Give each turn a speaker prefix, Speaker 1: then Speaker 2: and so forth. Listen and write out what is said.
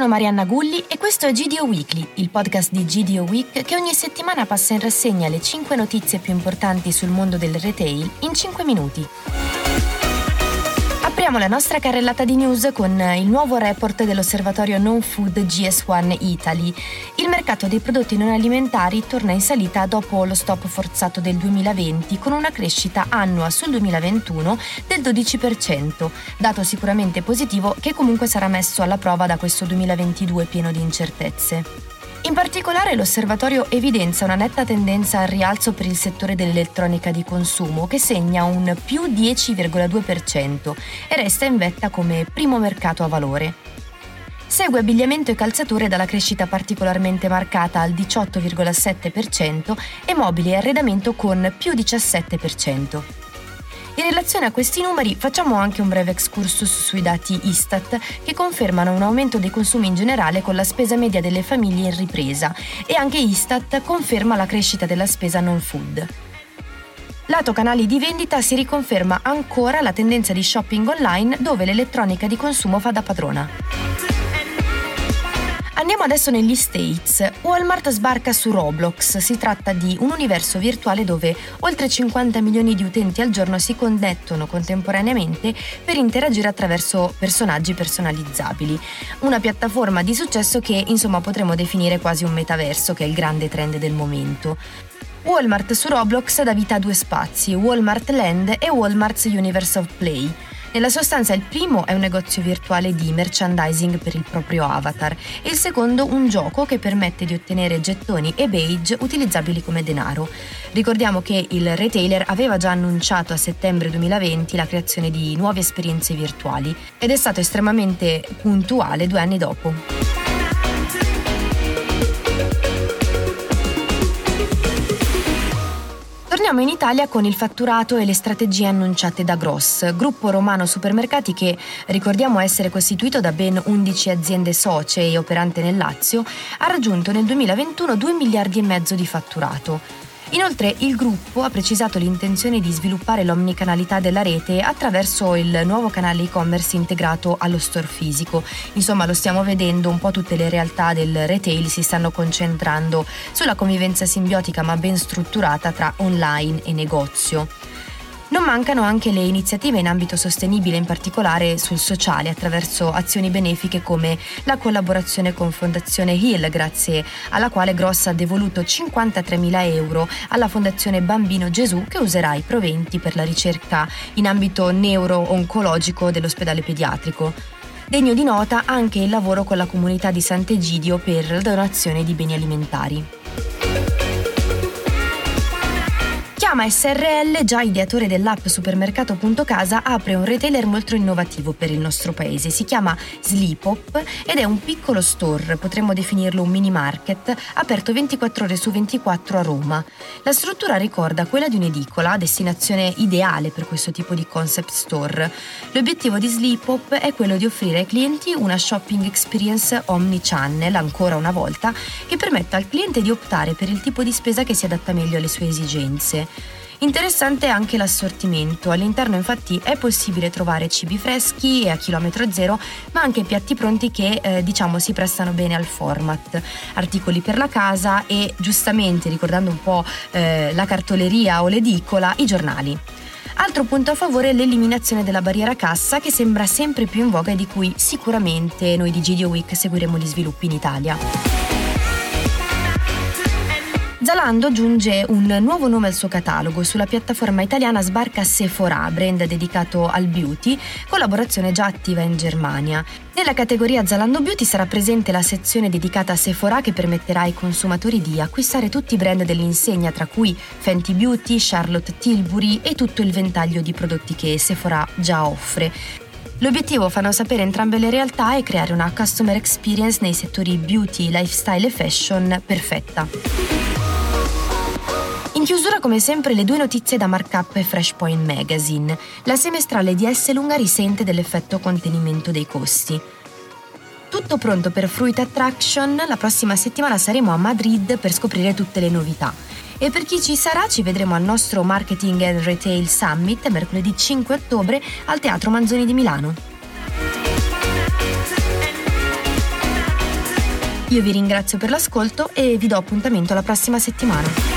Speaker 1: sono Marianna Gulli e questo è GDO Weekly, il podcast di GDO Week che ogni settimana passa in rassegna le 5 notizie più importanti sul mondo del retail in 5 minuti. Apriamo la nostra carrellata di news con il nuovo report dell'osservatorio Non Food GS1 Italy. Il mercato dei prodotti non alimentari torna in salita dopo lo stop forzato del 2020 con una crescita annua sul 2021 del 12%, dato sicuramente positivo che comunque sarà messo alla prova da questo 2022 pieno di incertezze. In particolare l'osservatorio evidenzia una netta tendenza al rialzo per il settore dell'elettronica di consumo che segna un più 10,2% e resta in vetta come primo mercato a valore. Segue abbigliamento e calzature dalla crescita particolarmente marcata al 18,7% e mobili e arredamento con più 17%. In relazione a questi numeri facciamo anche un breve excursus sui dati Istat che confermano un aumento dei consumi in generale con la spesa media delle famiglie in ripresa e anche Istat conferma la crescita della spesa non food. Lato canali di vendita si riconferma ancora la tendenza di shopping online dove l'elettronica di consumo fa da padrona. Andiamo adesso negli States. Walmart sbarca su Roblox. Si tratta di un universo virtuale dove oltre 50 milioni di utenti al giorno si connettono contemporaneamente per interagire attraverso personaggi personalizzabili. Una piattaforma di successo che insomma potremmo definire quasi un metaverso, che è il grande trend del momento. Walmart su Roblox dà vita a due spazi, Walmart Land e Walmart's Universe of Play. Nella sostanza il primo è un negozio virtuale di merchandising per il proprio avatar e il secondo un gioco che permette di ottenere gettoni e badge utilizzabili come denaro. Ricordiamo che il retailer aveva già annunciato a settembre 2020 la creazione di nuove esperienze virtuali ed è stato estremamente puntuale 2 anni dopo. Torniamo in Italia con il fatturato e le strategie annunciate da Gross, gruppo romano supermercati che, ricordiamo essere costituito da ben 11 aziende socie e operante nel Lazio, ha raggiunto nel 2021 2 miliardi e mezzo di fatturato. Inoltre il gruppo ha precisato l'intenzione di sviluppare l'omnicanalità della rete attraverso il nuovo canale e-commerce integrato allo store fisico. Insomma, lo stiamo vedendo, un po' tutte le realtà del retail si stanno concentrando sulla convivenza simbiotica ma ben strutturata tra online e negozio. Non mancano anche le iniziative in ambito sostenibile, in particolare sul sociale, attraverso azioni benefiche come la collaborazione con Fondazione Hill, grazie alla quale Gross ha devoluto 53.000 euro alla Fondazione Bambino Gesù, che userà i proventi per la ricerca in ambito neuro-oncologico dell'ospedale pediatrico. Degno di nota anche il lavoro con la comunità di Sant'Egidio per la donazione di beni alimentari. Chiama SRL, già ideatore dell'app Supermercato.casa, apre un retailer molto innovativo per il nostro paese. Si chiama Sleepop ed è un piccolo store, potremmo definirlo un mini market, aperto 24 ore su 24 a Roma. La struttura ricorda quella di un'edicola, destinazione ideale per questo tipo di concept store. L'obiettivo di Sleepop è quello di offrire ai clienti una shopping experience omnichannel, ancora una volta, che permetta al cliente di optare per il tipo di spesa che si adatta meglio alle sue esigenze. Interessante anche l'assortimento. All'interno infatti è possibile trovare cibi freschi e a chilometro zero, ma anche piatti pronti che si prestano bene al format, articoli per la casa e, giustamente ricordando un po' la cartoleria o l'edicola, i giornali. Altro punto a favore è l'eliminazione della barriera cassa, che sembra sempre più in voga e di cui sicuramente noi di GDO Week seguiremo gli sviluppi in Italia. Zalando aggiunge un nuovo nome al suo catalogo. Sulla piattaforma italiana sbarca Sephora, brand dedicato al beauty, collaborazione già attiva in Germania. Nella categoria Zalando Beauty sarà presente la sezione dedicata a Sephora, che permetterà ai consumatori di acquistare tutti i brand dell'insegna, tra cui Fenty Beauty, Charlotte Tilbury e tutto il ventaglio di prodotti che Sephora già offre. L'obiettivo, fanno sapere entrambe le realtà, è creare una customer experience nei settori beauty, lifestyle e fashion perfetta. In chiusura, come sempre, le 2 notizie da Markup e Freshpoint Magazine. La semestrale di Esselunga risente dell'effetto contenimento dei costi. Tutto pronto per Fruit Attraction, la prossima settimana saremo a Madrid per scoprire tutte le novità. E per chi ci sarà, ci vedremo al nostro Marketing and Retail Summit mercoledì 5 ottobre al Teatro Manzoni di Milano. Io vi ringrazio per l'ascolto e vi do appuntamento la prossima settimana.